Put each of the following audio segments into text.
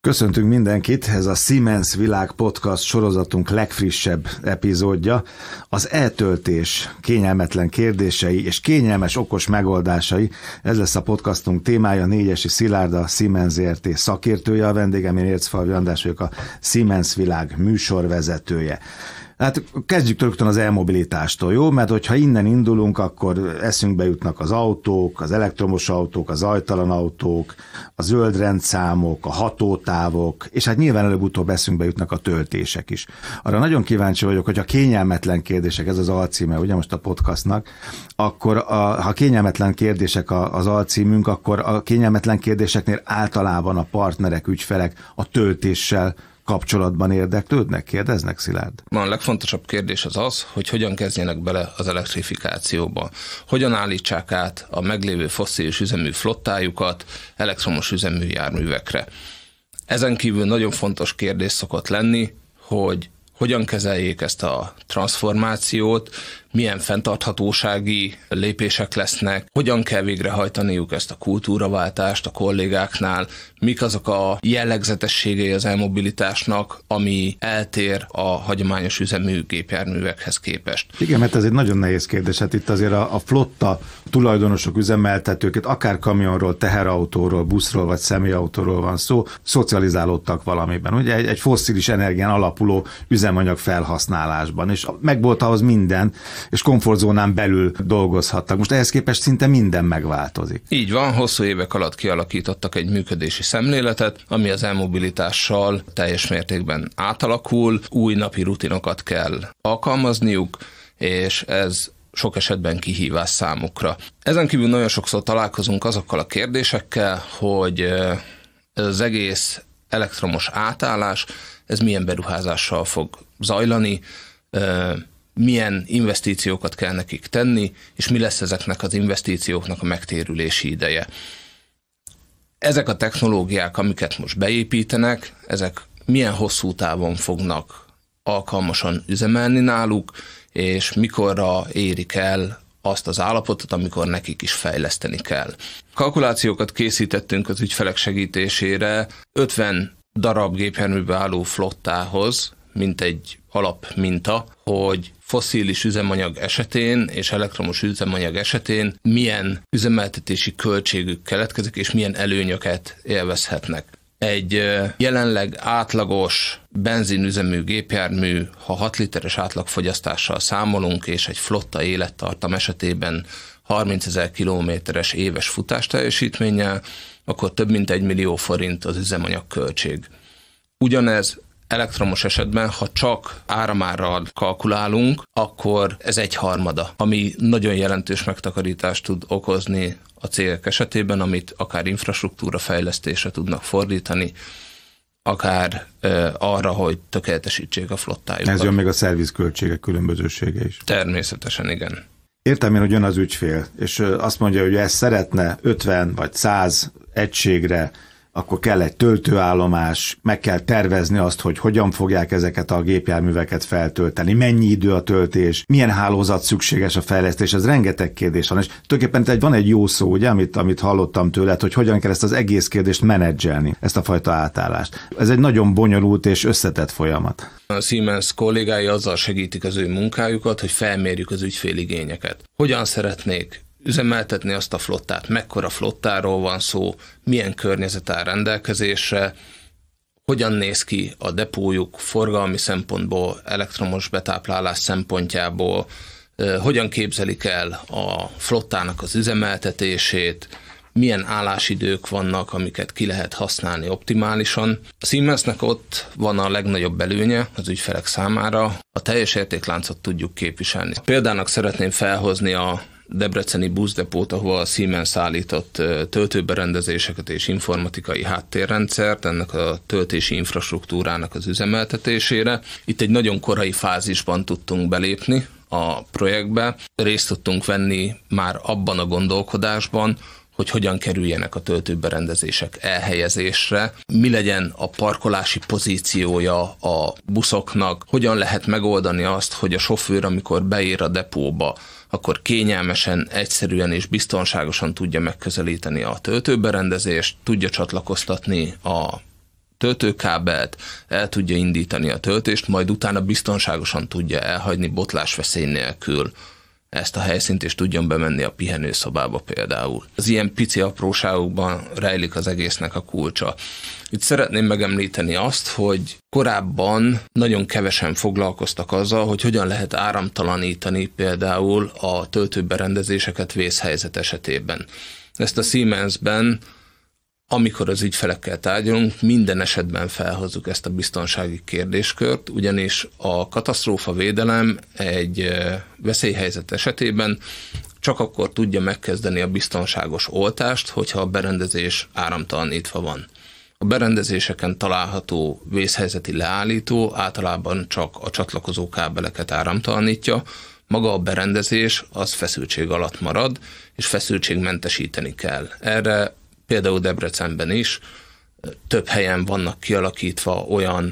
Köszöntünk mindenkit, ez a Siemens Világ Podcast sorozatunk legfrissebb epizódja. Az e-töltés kényelmetlen kérdései és kényelmes okos megoldásai, ez lesz a podcastunk témája. Négyesi Szilárd, a Siemens Zrt. Szakértője, a vendégem, én Érczfalvi András vagyok, a Siemens Világ műsorvezetője. Hát kezdjük rögtön az elmobilitástól, jó? Mert hogyha innen indulunk, akkor eszünkbe jutnak az autók, az elektromos autók, a zajtalan autók, a zöld rendszámok, a hatótávok, és hát nyilván előbb-utóbb eszünkbe jutnak a töltések is. Arra nagyon kíváncsi vagyok, hogy a kényelmetlen kérdések, ez az alcíme, ugye most a podcastnak, akkor ha kényelmetlen kérdések az alcímünk, akkor a kényelmetlen kérdéseknél általában a partnerek, ügyfelek a töltéssel kapcsolatban érdeklődnek, kérdeznek, Szilárd? A legfontosabb kérdés az, hogy hogyan kezdjenek bele az elektrifikációba. Hogyan állítsák át a meglévő fosszilis üzemű flottájukat elektromos üzemű járművekre. Ezen kívül nagyon fontos kérdés szokott lenni, hogy hogyan kezeljék ezt a transformációt, milyen fenntarthatósági lépések lesznek, hogyan kell végrehajtaniuk ezt a kultúraváltást a kollégáknál, mik azok a jellegzetességei az elmobilitásnak, ami eltér a hagyományos üzemű gépjárművekhez képest. Igen, mert ez egy nagyon nehéz kérdés. Hát itt azért a flotta tulajdonosok, üzemeltetőket, akár kamionról, teherautóról, buszról vagy személyautóról van szó, szocializálódtak valamiben. Ugye egy fosszilis energián alapuló üzemanyag felhasználásban, és megvolt ahhoz minden, és komfortzónán belül dolgozhattak. Most ehhez képest szinte minden megváltozik. Így van, hosszú évek alatt kialakítottak egy működési szemléletet, ami az elmobilitással teljes mértékben átalakul, új napi rutinokat kell alkalmazniuk, és ez sok esetben kihívás számukra. Ezen kívül nagyon sokszor találkozunk azokkal a kérdésekkel, hogy ez az egész elektromos átállás, ez milyen beruházással fog zajlani, milyen investíciókat kell nekik tenni, és mi lesz ezeknek az investícióknak a megtérülési ideje. Ezek a technológiák, amiket most beépítenek, ezek milyen hosszú távon fognak alkalmasan üzemelni náluk, és mikorra érik el azt az állapotot, amikor nekik is fejleszteni kell. Kalkulációkat készítettünk az ügyfelek segítésére 50 darab gépjárműbe álló flottához, mint egy alapminta, hogy fosszilis üzemanyag esetén és elektromos üzemanyag esetén milyen üzemeltetési költségük keletkezik, és milyen előnyöket élvezhetnek. Egy jelenleg átlagos benzinüzemű gépjármű, ha 6 literes átlagfogyasztással számolunk, és egy flotta élettartam esetében 30 000 kilométeres éves futásteljesítménnyel, akkor több mint 1 millió forint az üzemanyag költség. Ugyanez elektromos esetben, ha csak áramárral kalkulálunk, akkor ez 1/3, ami nagyon jelentős megtakarítást tud okozni a cégek esetében, amit akár infrastruktúra fejlesztésre tudnak fordítani, akár arra, hogy tökéletesítsék a flottájukat. Ez jön még a szervizköltségek különbözősége is. Természetesen, igen. Értem én, hogy jön az ügyfél, és azt mondja, hogy ezt szeretne 50 vagy 100 egységre, akkor kell egy töltőállomás, meg kell tervezni azt, hogy hogyan fogják ezeket a gépjárműveket feltölteni, mennyi idő a töltés, milyen hálózat szükséges a fejlesztés, ez rengeteg kérdés van, és tulajdonképpen van egy jó szó, ugye, amit hallottam tőled, hogy hogyan kell ezt az egész kérdést menedzselni, ezt a fajta átállást. Ez egy nagyon bonyolult és összetett folyamat. A Siemens kollégái azzal segítik az ő munkájukat, hogy felmérjük az ügyféligényeket. Hogyan szeretnék üzemeltetni azt a flottát, mekkora flottáról van szó, milyen környezet áll rendelkezésre, hogyan néz ki a depójuk forgalmi szempontból, elektromos betáplálás szempontjából, hogyan képzelik el a flottának az üzemeltetését, milyen állásidők vannak, amiket ki lehet használni optimálisan. A Siemensnek ott van a legnagyobb előnye az ügyfelek számára, a teljes értékláncot tudjuk képviselni. Példának szeretném felhozni a debreceni buszdepót, ahol a Siemens állított töltőberendezéseket és informatikai háttérrendszert ennek a töltési infrastruktúrának az üzemeltetésére. Itt egy nagyon korai fázisban tudtunk belépni a projektbe. Részt tudtunk venni már abban a gondolkodásban, hogy hogyan kerüljenek a töltőberendezések elhelyezésre, mi legyen a parkolási pozíciója a buszoknak, hogyan lehet megoldani azt, hogy a sofőr, amikor beér a depóba, akkor kényelmesen, egyszerűen és biztonságosan tudja megközelíteni a töltőberendezést, tudja csatlakoztatni a töltőkábelt, el tudja indítani a töltést, majd utána biztonságosan tudja elhagyni botlásveszély nélkül ezt a helyszínt, és tudjon bemenni a pihenőszobába például. Az ilyen pici apróságokban rejlik az egésznek a kulcsa. Itt szeretném megemlíteni azt, hogy korábban nagyon kevesen foglalkoztak azzal, hogy hogyan lehet áramtalanítani például a töltőberendezéseket vészhelyzet esetében. Ezt a Siemensben, amikor az ügyfelekkel tárgyalunk, minden esetben felhozzuk ezt a biztonsági kérdéskört, ugyanis a katasztrófavédelem egy veszélyhelyzet esetében csak akkor tudja megkezdeni a biztonságos oltást, hogyha a berendezés áramtalanítva van. A berendezéseken található vészhelyzeti leállító általában csak a csatlakozó kábeleket áramtalanítja, maga a berendezés az feszültség alatt marad, és feszültségmentesíteni kell. Erre például Debrecenben is több helyen vannak kialakítva olyan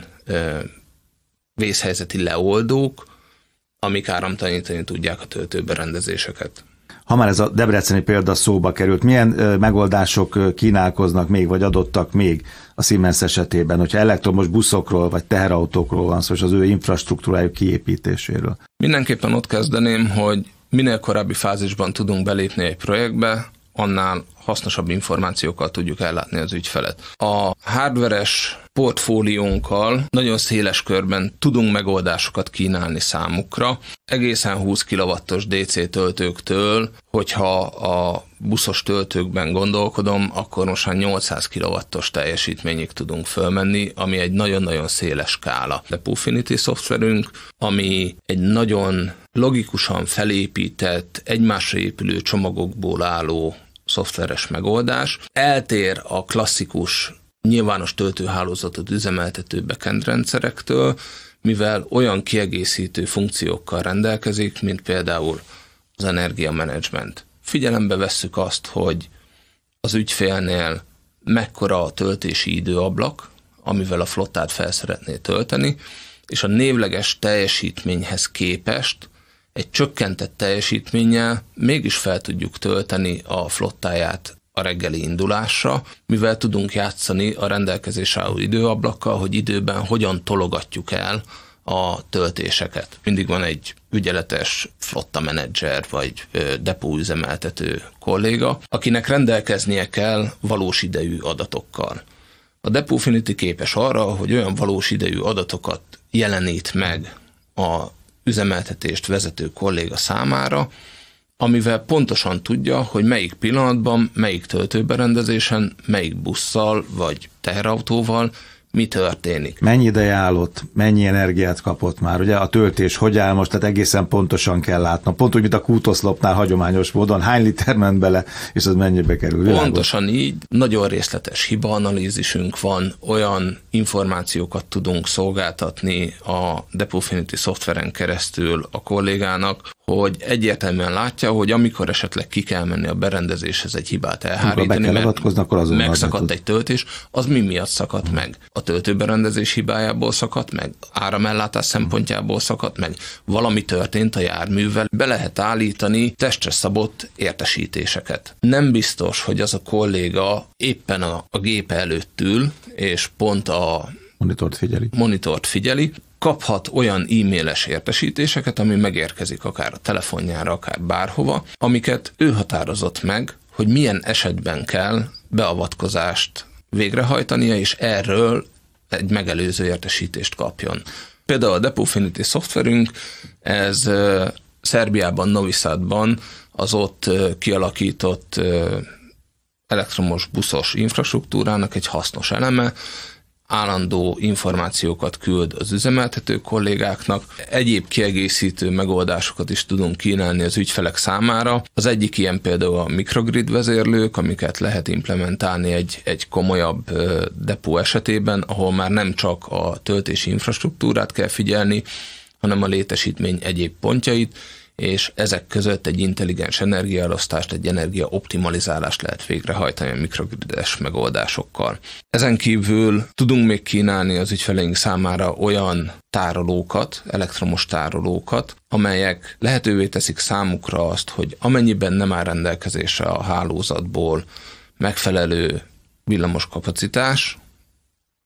vészhelyzeti leoldók, amik áramtalanítani tudják a töltőberendezéseket. Ha már ez a debreceni példa szóba került, milyen megoldások kínálkoznak még, vagy adottak még a Siemens esetében, hogyha elektromos buszokról, vagy teherautókról van szó, és az ő infrastruktúrájuk kiépítéséről? Mindenképpen ott kezdeném, hogy minél korábbi fázisban tudunk belépni egy projektbe, annál hasznosabb információkkal tudjuk ellátni az ügyfelet. A hardveres portfóliónkkal nagyon széles körben tudunk megoldásokat kínálni számukra. Egészen 20 kW-os DC töltőktől, hogyha a buszos töltőkben gondolkodom, akkor most már 800 kW-os teljesítményig tudunk fölmenni, ami egy nagyon-nagyon széles skála. A Depofinity szoftverünk, ami egy nagyon logikusan felépített, egymásra épülő csomagokból álló szoftveres megoldás. Eltér a klasszikus nyilvános töltőhálózatot üzemeltető backend rendszerektől, mivel olyan kiegészítő funkciókkal rendelkezik, mint például az energiamenedzsment. Figyelembe vesszük azt, hogy az ügyfélnél mekkora a töltési időablak, amivel a flottát fel szeretné tölteni, és a névleges teljesítményhez képest egy csökkentett teljesítménnyel mégis fel tudjuk tölteni a flottáját a reggeli indulásra, mivel tudunk játszani a rendelkezésre álló időablakkal, hogy időben hogyan tologatjuk el a töltéseket. Mindig van egy ügyeletes flotta menedzser vagy depóüzemeltető kolléga, akinek rendelkeznie kell valós idejű adatokkal. A Depofinity képes arra, hogy olyan valós idejű adatokat jelenít meg a üzemeltetést vezető kolléga számára, amivel pontosan tudja, hogy melyik pillanatban, melyik töltőberendezésen, melyik busszal vagy teherautóval mi történik. Mennyi ideje állott, mennyi energiát kapott már, ugye a töltés hogy áll most, tehát egészen pontosan kell látnom. Pont úgy, mint a kútoszlopnál hagyományos módon, hány liter ment bele, és az mennyibe kerül. Világos? Pontosan így, nagyon részletes hibaanalízisünk van, olyan információkat tudunk szolgáltatni a Depofinity szoftveren keresztül a kollégának, hogy egyértelműen látja, hogy amikor esetleg ki kell menni a berendezéshez egy hibát elhárítani, mert megszakadt egy töltés, az mi miatt szakadt meg? A töltőberendezés hibájából szakadt meg? Áramellátás szempontjából szakadt meg? Valami történt a járművel? Be lehet állítani testre szabott értesítéseket. Nem biztos, hogy az a kolléga éppen a gép előtt ül, és pont a monitort figyeli, kaphat olyan e-mailes értesítéseket, ami megérkezik akár a telefonjára, akár bárhova, amiket ő határozott meg, hogy milyen esetben kell beavatkozást végrehajtania, és erről egy megelőző értesítést kapjon. Például a Depofinity szoftverünk, ez Szerbiában, Novi Sadban az ott kialakított elektromos buszos infrastruktúrának egy hasznos eleme, állandó információkat küld az üzemeltető kollégáknak, egyéb kiegészítő megoldásokat is tudunk kínálni az ügyfelek számára. Az egyik ilyen például a mikrogrid vezérlők, amiket lehet implementálni egy komolyabb depó esetében, ahol már nem csak a töltési infrastruktúrát kell figyelni, hanem a létesítmény egyéb pontjait, és ezek között egy intelligens energiaelosztást, egy energiaoptimalizálást lehet végrehajtani a mikrogrides megoldásokkal. Ezen kívül tudunk még kínálni az ügyfeleink számára olyan tárolókat, elektromos tárolókat, amelyek lehetővé teszik számukra azt, hogy amennyiben nem áll rendelkezésre a hálózatból megfelelő villamos kapacitás,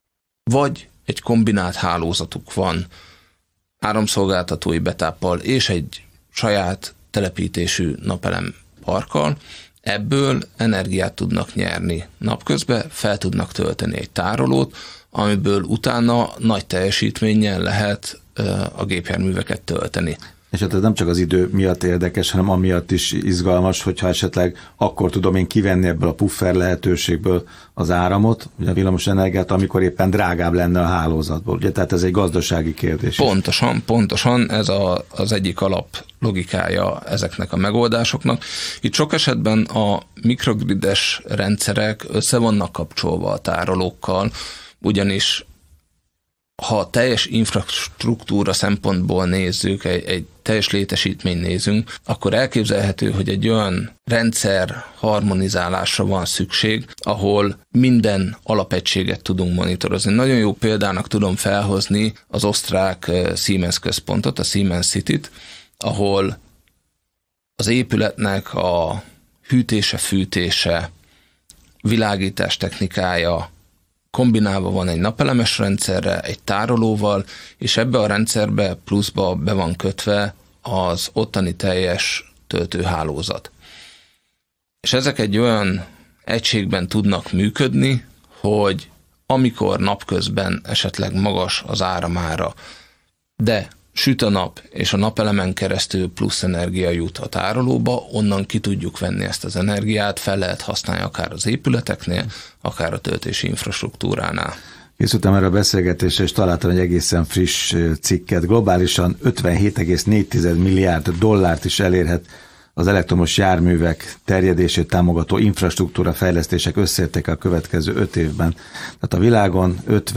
vagy egy kombinált hálózatuk van áramszolgáltatói betáppal és egy saját telepítésű napelem parkkal, ebből energiát tudnak nyerni napközben, fel tudnak tölteni egy tárolót, amiből utána nagy teljesítménnyel lehet a gépjárműveket tölteni. És hát ez nem csak az idő miatt érdekes, hanem amiatt is izgalmas, hogyha esetleg akkor tudom én kivenni ebből a puffer lehetőségből az áramot, ugye a villamos energiát, amikor éppen drágább lenne a hálózatból. Ugye, tehát ez egy gazdasági kérdés. Pontosan, ez az egyik alap logikája ezeknek a megoldásoknak. Itt sok esetben a mikrogrides rendszerek össze vannak kapcsolva a tárolókkal, ugyanis ha a teljes infrastruktúra szempontból nézzük, egy teljes létesítményt nézünk, akkor elképzelhető, hogy egy olyan rendszer harmonizálásra van szükség, ahol minden alapegységet tudunk monitorozni. Nagyon jó példának tudom felhozni az osztrák Siemens központot, a Siemens City-t, ahol az épületnek a hűtése, fűtése, világítás technikája kombinálva van egy napelemes rendszerre, egy tárolóval, és ebbe a rendszerbe pluszba be van kötve az ottani teljes töltőhálózat. És ezek egy olyan egységben tudnak működni, hogy amikor napközben esetleg magas az áramára, de süt a nap, és a napelemen keresztül plusz energia jut a tárolóba, onnan ki tudjuk venni ezt az energiát, fel lehet használni akár az épületeknél, akár a töltési infrastruktúránál. Készültem erre a beszélgetésre, és találtam egy egészen friss cikket. Globálisan 57,4 milliárd dollárt is elérhet az elektromos járművek terjedését támogató infrastruktúra fejlesztések összértéke a következő 5 évben. Tehát a világon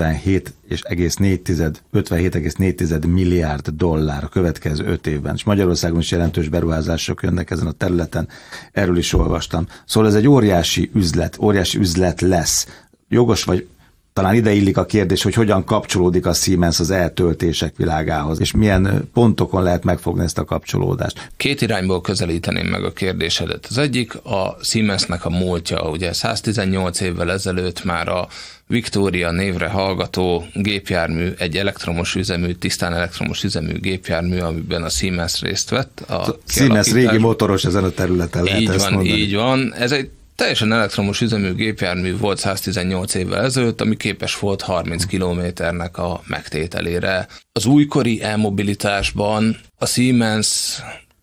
57,4 milliárd dollár a következő 5 évben. És Magyarországon is jelentős beruházások jönnek ezen a területen. Erről is olvastam. Szóval ez egy óriási üzlet lesz. Jogos vagy talán ide illik a kérdés, hogy hogyan kapcsolódik a Siemens az eltöltések világához, és milyen pontokon lehet megfogni ezt a kapcsolódást. 2 irányból közelíteném meg a kérdésedet. Az egyik a Siemensnek a múltja, ugye 118 évvel ezelőtt már a Victoria névre hallgató gépjármű, egy elektromos üzemű, tisztán elektromos üzemű gépjármű, amiben a Siemens részt vett. A Siemens régi motoros ezen a területen, lehet ezt mondani. Így van. Ez egy teljesen elektromos üzemű gépjármű volt 118 évvel ezelőtt, ami képes volt 30 kilométernek a megtételére. Az újkori e-mobilitásban a Siemens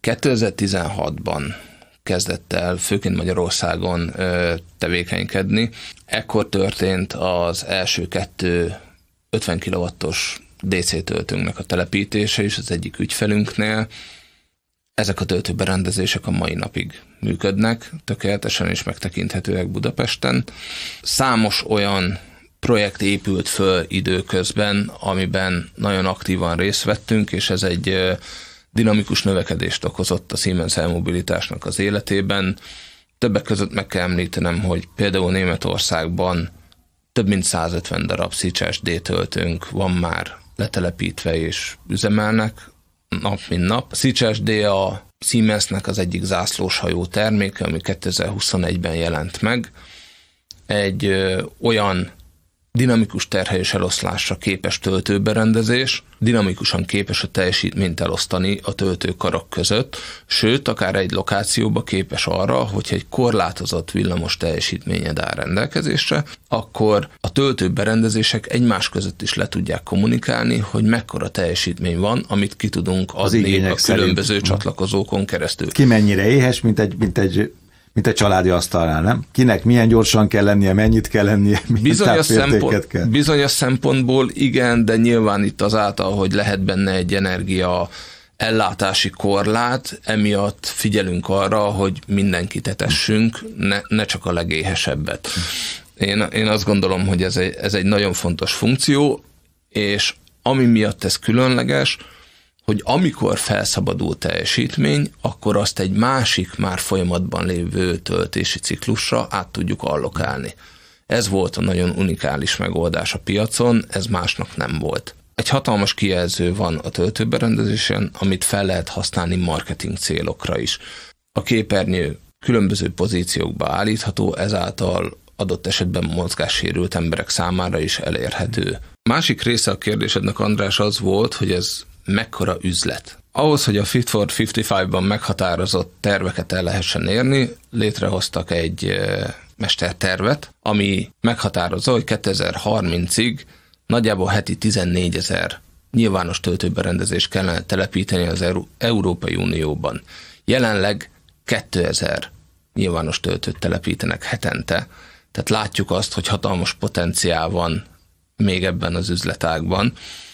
2016-ban kezdett el, főként Magyarországon tevékenykedni. Ekkor történt az első 2 50 kW-os DC töltőnknek a telepítése is az egyik ügyfelünknél. Ezek a töltőberendezések a mai napig működnek, tökéletesen és megtekinthetőek Budapesten. Számos olyan projekt épült föl időközben, amiben nagyon aktívan részt vettünk, és ez egy dinamikus növekedést okozott a Siemens e-mobilitásnak az életében. Többek között meg kell említenem, hogy például Németországban több mint 150 darab SICS-D töltőnk van már letelepítve és üzemelnek nap mint nap. A SICS-D a Siemensnek az egyik zászlóshajó terméke, ami 2021-ben jelent meg. Egy olyan dinamikus terhelés eloszlásra képes töltőberendezés, dinamikusan képes a teljesítményt elosztani a töltőkarok között, sőt, akár egy lokációba képes arra, hogyha egy korlátozott villamos teljesítményed áll rendelkezésre, akkor a töltőberendezések egymás között is le tudják kommunikálni, hogy mekkora teljesítmény van, amit ki tudunk adni a különböző csatlakozókon keresztül. Ki mennyire éhes, mint egy családi asztalnál, nem? Kinek milyen gyorsan kell lennie, mennyit kell lennie, bizonyos szempontból igen, de nyilván itt azáltal, hogy lehet benne egy energia ellátási korlát, emiatt figyelünk arra, hogy mindenkit etessünk, ne csak a legéhesebbet. Én azt gondolom, hogy ez egy nagyon fontos funkció, és ami miatt ez különleges, hogy amikor felszabadul teljesítmény, akkor azt egy másik, már folyamatban lévő töltési ciklusra át tudjuk allokálni. Ez volt a nagyon unikális megoldás a piacon, ez másnak nem volt. Egy hatalmas kijelző van a töltőberendezésen, amit fel lehet használni marketing célokra is. A képernyő különböző pozíciókba állítható, ezáltal adott esetben mozgássérült emberek számára is elérhető. Másik része a kérdésednek, András, az volt, hogy ez mekkora üzlet. Ahhoz, hogy a Fit for 55-ban meghatározott terveket el lehessen érni, létrehoztak egy mestertervet, ami meghatározza, hogy 2030-ig nagyjából heti 14 000 nyilvános töltőberendezést kellene telepíteni az Európai Unióban. Jelenleg 2000 nyilvános töltőt telepítenek hetente, tehát látjuk azt, hogy hatalmas potenciál van még ebben az üzletágban.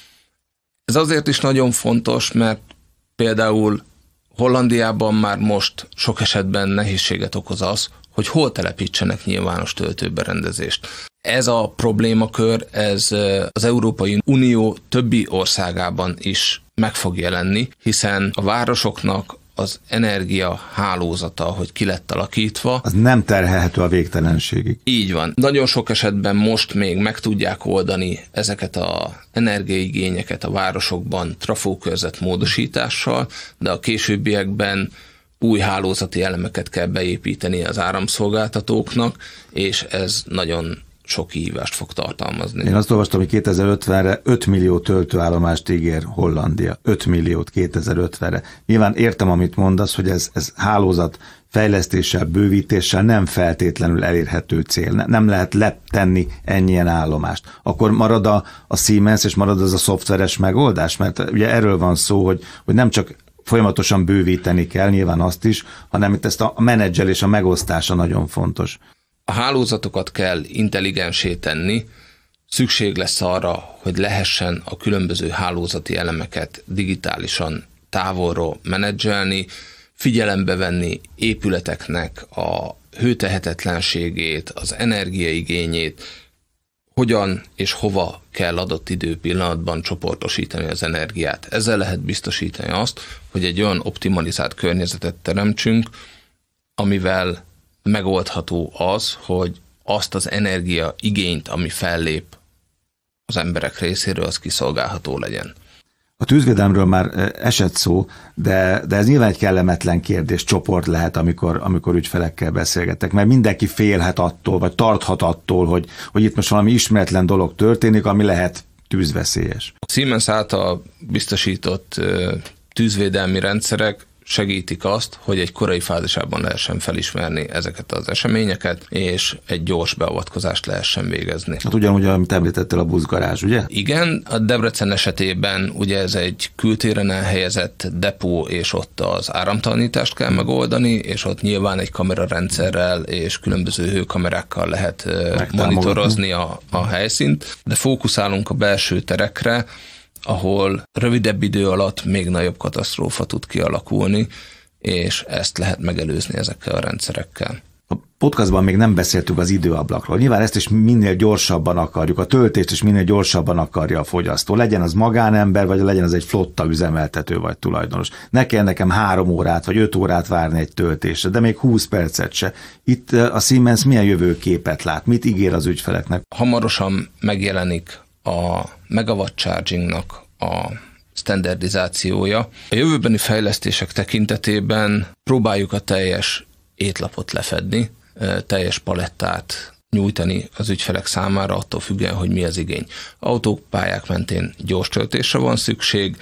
Ez azért is nagyon fontos, mert például Hollandiában már most sok esetben nehézséget okoz az, hogy hol telepítsenek nyilvános töltőberendezést. Ez a problémakör, ez az Európai Unió többi országában is meg fog jelenni, hiszen a városoknak az energia hálózata, hogy ki lett alakítva, az nem terhelhető a végtelenségig. Így van. Nagyon sok esetben most még meg tudják oldani ezeket az energiaigényeket a városokban trafókörzet módosítással, de a későbbiekben új hálózati elemeket kell beépíteni az áramszolgáltatóknak, és ez nagyon sok kihívást fog tartalmazni. Én azt olvastam, hogy 2050-re 5 millió töltőállomást ígér Hollandia. 5 milliót 2050-re. Nyilván értem, amit mondasz, hogy ez hálózat fejlesztéssel, bővítéssel nem feltétlenül elérhető cél. Nem lehet letenni ennyien állomást. Akkor marad a Siemens, és marad az a szoftveres megoldás? Mert ugye erről van szó, hogy nem csak folyamatosan bővíteni kell, nyilván azt is, hanem itt ezt a menedzselés, a megosztása nagyon fontos. A hálózatokat kell intelligensé tenni, szükség lesz arra, hogy lehessen a különböző hálózati elemeket digitálisan távolról menedzselni, figyelembe venni épületeknek a hőtehetetlenségét, az energiaigényét, hogyan és hova kell adott időpillanatban csoportosítani az energiát. Ezzel lehet biztosítani azt, hogy egy olyan optimalizált környezetet teremtsünk, amivel megoldható az, hogy azt az energia igényt, ami fellép az emberek részéről, az kiszolgálható legyen. A tűzvédelemről már esett szó, de ez nyilván egy kellemetlen kérdés, csoport lehet, amikor ügyfelekkel beszélgetek, mert mindenki félhet attól, vagy tarthat attól, hogy itt most valami ismeretlen dolog történik, ami lehet tűzveszélyes. A Siemens által biztosított tűzvédelmi rendszerek segítik azt, hogy egy korai fázisában lehessen felismerni ezeket az eseményeket, és egy gyors beavatkozást lehessen végezni. Hát ugyanúgy, amit említettél, a buszgarázs, ugye? Igen, a Debrecen esetében ugye ez egy kültéren elhelyezett depó, és ott az áramtalanítást kell megoldani, és ott nyilván egy kamerarendszerrel és különböző hőkamerákkal lehet monitorozni a helyszínt, de fókuszálunk a belső terekre, ahol rövidebb idő alatt még nagyobb katasztrófa tud kialakulni, és ezt lehet megelőzni ezekkel a rendszerekkel. A podcastban még nem beszéltünk az időablakról. Nyilván ezt is minél gyorsabban akarjuk, a töltést is minél gyorsabban akarja a fogyasztó. Legyen az magánember, vagy legyen az egy flotta üzemeltető vagy tulajdonos. Ne kell nekem 3 órát vagy 5 órát várni egy töltésre, de még 20 percet se. Itt a Siemens milyen jövőképet lát? Mit ígér az ügyfeleknek? Hamarosan megjelenik a megawatt chargingnak a standardizációja. A jövőbeni fejlesztések tekintetében próbáljuk a teljes étlapot lefedni, teljes palettát nyújtani az ügyfelek számára, attól függően, hogy mi az igény. Autópályák mentén gyors töltésre van szükség,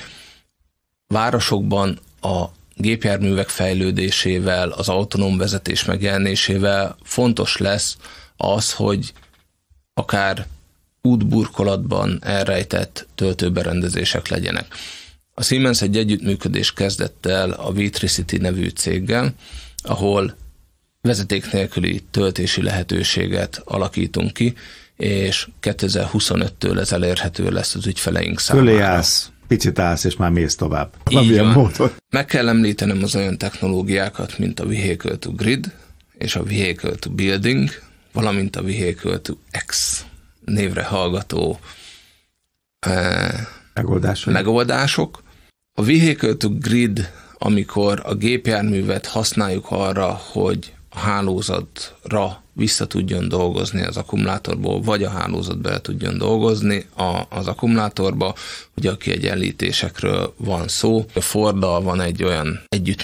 városokban a gépjárművek fejlődésével, az autonóm vezetés megjelenésével fontos lesz az, hogy akár útburkolatban elrejtett töltőberendezések legyenek. A Siemens egy együttműködést kezdett el a V3City nevű céggel, ahol vezeték nélküli töltési lehetőséget alakítunk ki, és 2025-től ez elérhető lesz az ügyfeleink számára. Fölé állsz, picit állsz, és már mész tovább. Így van. Meg kell említenem az olyan technológiákat, mint a Vehicle to Grid és a Vehicle to Building, valamint a Vehicle to X névre hallgató megoldások. A Vehicle to Grid, amikor a gépjárművet használjuk arra, hogy a hálózatra vissza tudjon dolgozni az akkumulátorból, vagy a hálózat bele tudjon dolgozni az akkumulátorba, ugye a kiegyenlítésekről van szó. A Forddal van egy olyan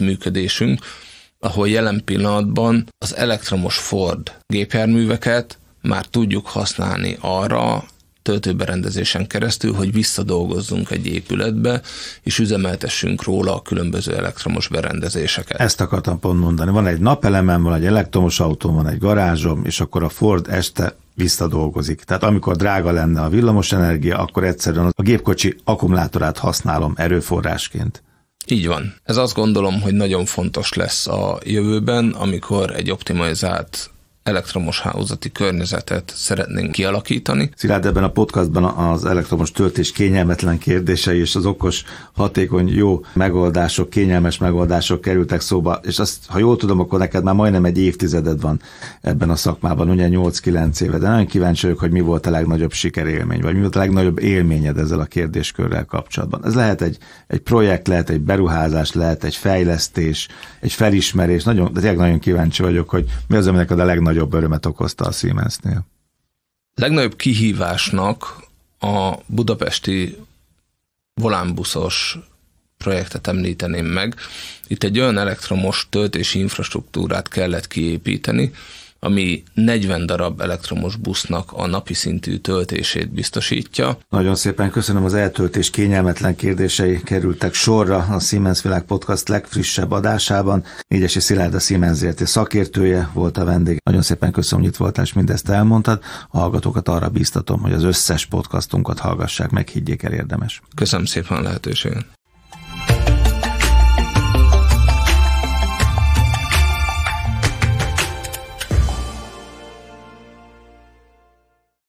együttműködésünk, ahol jelen pillanatban az elektromos Ford gépjárműveket már tudjuk használni arra, töltőberendezésen keresztül, hogy visszadolgozzunk egy épületbe, és üzemeltessünk róla a különböző elektromos berendezéseket. Ezt akartam pont mondani. Van egy napelemem, van egy elektromos autóm, van egy garázsom, és akkor a Ford este visszadolgozik. Tehát amikor drága lenne a villamosenergia, akkor egyszerűen a gépkocsi akkumulátorát használom erőforrásként. Így van. Ez azt gondolom, hogy nagyon fontos lesz a jövőben, amikor egy optimalizált elektromos hálózati környezetet szeretnénk kialakítani. Szilárd, ebben a podcastban az elektromos töltés kényelmetlen kérdései és az okos, hatékony, jó megoldások, kényelmes megoldások kerültek szóba, és azt, ha jól tudom, akkor neked már majdnem egy évtizeded van ebben a szakmában, ugye 8-9 éve, de nagyon kíváncsi vagyok, hogy mi volt a legnagyobb sikerélmény, vagy mi volt a legnagyobb élményed ezzel a kérdéskörrel kapcsolatban. Ez lehet egy projekt, lehet egy beruházás, lehet egy fejlesztés, egy felismerés, de tényleg nagyon kíváncsi vagyok, hogy mi az, ami neked a legnagyobb örömet okozta a Siemensnél. Legnagyobb kihívásnak a budapesti volánbuszos projektet említeném meg. Itt egy olyan elektromos töltési infrastruktúrát kellett kiépíteni, ami 40 darab elektromos busznak a napi szintű töltését biztosítja. Nagyon szépen köszönöm, az eltöltés kényelmetlen kérdései kerültek sorra a Siemens Világ Podcast legfrissebb adásában. Négyesi Szilárd, a Siemens Zrt. Szakértője volt a vendég. Nagyon szépen köszönöm, hogy itt voltál, és mindezt elmondtad. A hallgatókat arra bíztatom, hogy az összes podcastunkat hallgassák meg, higgyék el, érdemes. Köszönöm szépen a lehetőséget.